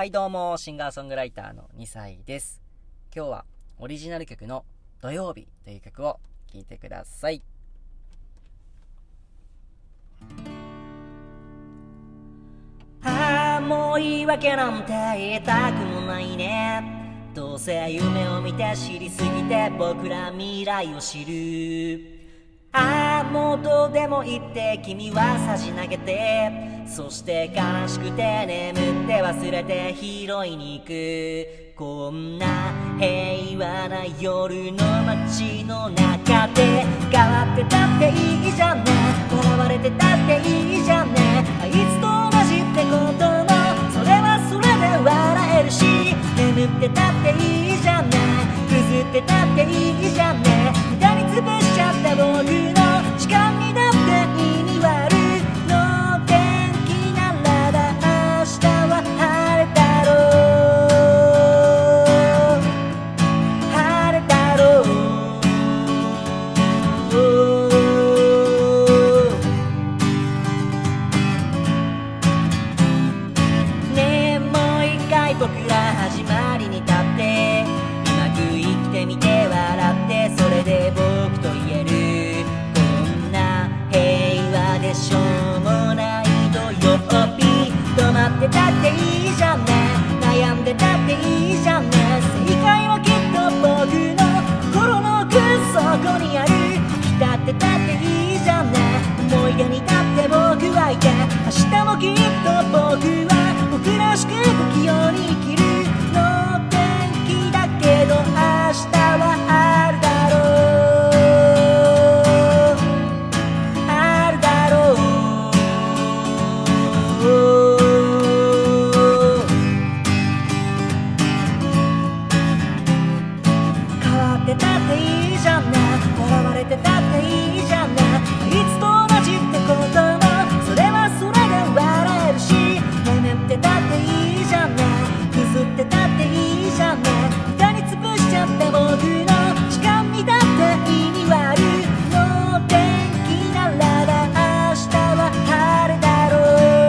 はいどうも、シンガーソングライターの2歳です。今日はオリジナル曲の土曜日という曲を聴いてください。もう言い訳なんて言いたくもないね。どうせ夢を見て知りすぎて僕ら未来を知る。もうどうでもいいって君はさじ投げて、そして悲しくて眠って忘れて拾いに行く。こんな平和な夜の街の中で変わってたっていいじゃんね、笑われてたっていいじゃんね。あいつと同じってこともそれはそれで笑えるし、眠ってたっていいじゃんね、ぐずってたっていいじゃんね。無駄に潰しちゃった僕の時間にだって意味はあるの。天気ならば明日は晴れだろう、晴れだろう。ねえもう一回僕ら始まりに立ってうまく生きてみて笑って、それで僕と言える。こんな平和でしょうもない土曜日、止まってたっていいじゃんね、悩んでたっていいじゃんね。正解はきっと僕の心の奥底にある。浸ってたっていいじゃんね、思い出にだって僕はいて、明日もきっと僕は僕らしく不器用に生きるの。天気だけど明日はあるだろう、あるだろう。変わってたっていいじゃんね、笑われてたっていいじゃんね。いつと同じってこともそれはそれで笑えるし、眠ってたっていいじゃんね、ぐずってたっていいじゃんね。無駄に潰しちゃった僕の時間にだって意味はあるの。天気ならば明日は晴れだろ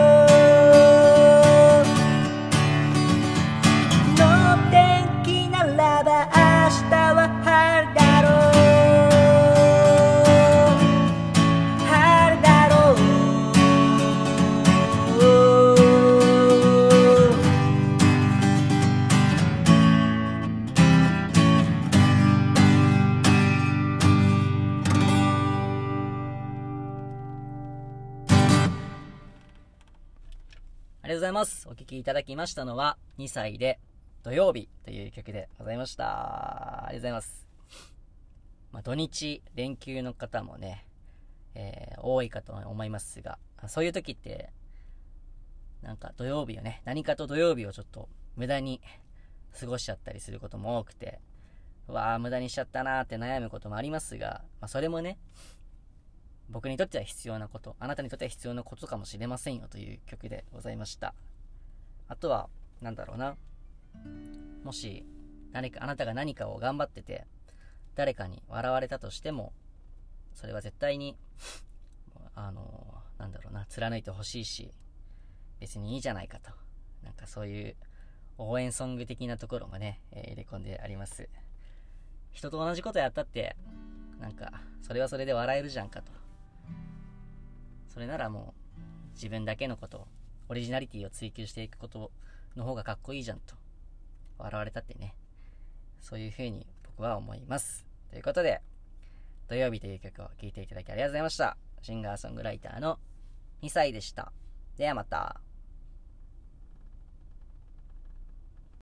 うの。天気ならば明日は晴れだろう、晴れだろう。ありがとうございます。お聴きいただきましたのは2歳で土曜日という曲でございました。ありがとうございます。土日連休の方もね、多いかと思いますが、そういう時ってなんか土曜日をね、何かと土曜日をちょっと無駄に過ごしちゃったりすることも多くて、無駄にしちゃったなーって悩むこともありますが、それもね、僕にとっては必要なこと、あなたにとっては必要なことかもしれませんよという曲でございました。あとはなんだろうな、もしあなたが何かを頑張ってて誰かに笑われたとしても、それは絶対に貫いてほしいし、別にいいじゃないかと、なんかそういう応援ソング的なところもね、入れ込んであります。人と同じことやったってなんかそれはそれで笑えるじゃんかと。それならもう自分だけのこと、オリジナリティを追求していくことの方がかっこいいじゃんと。笑われたってね、そういう風に僕は思います。ということで、土曜日という曲を聴いていただきありがとうございました。シンガーソングライターの2歳でした。ではまた。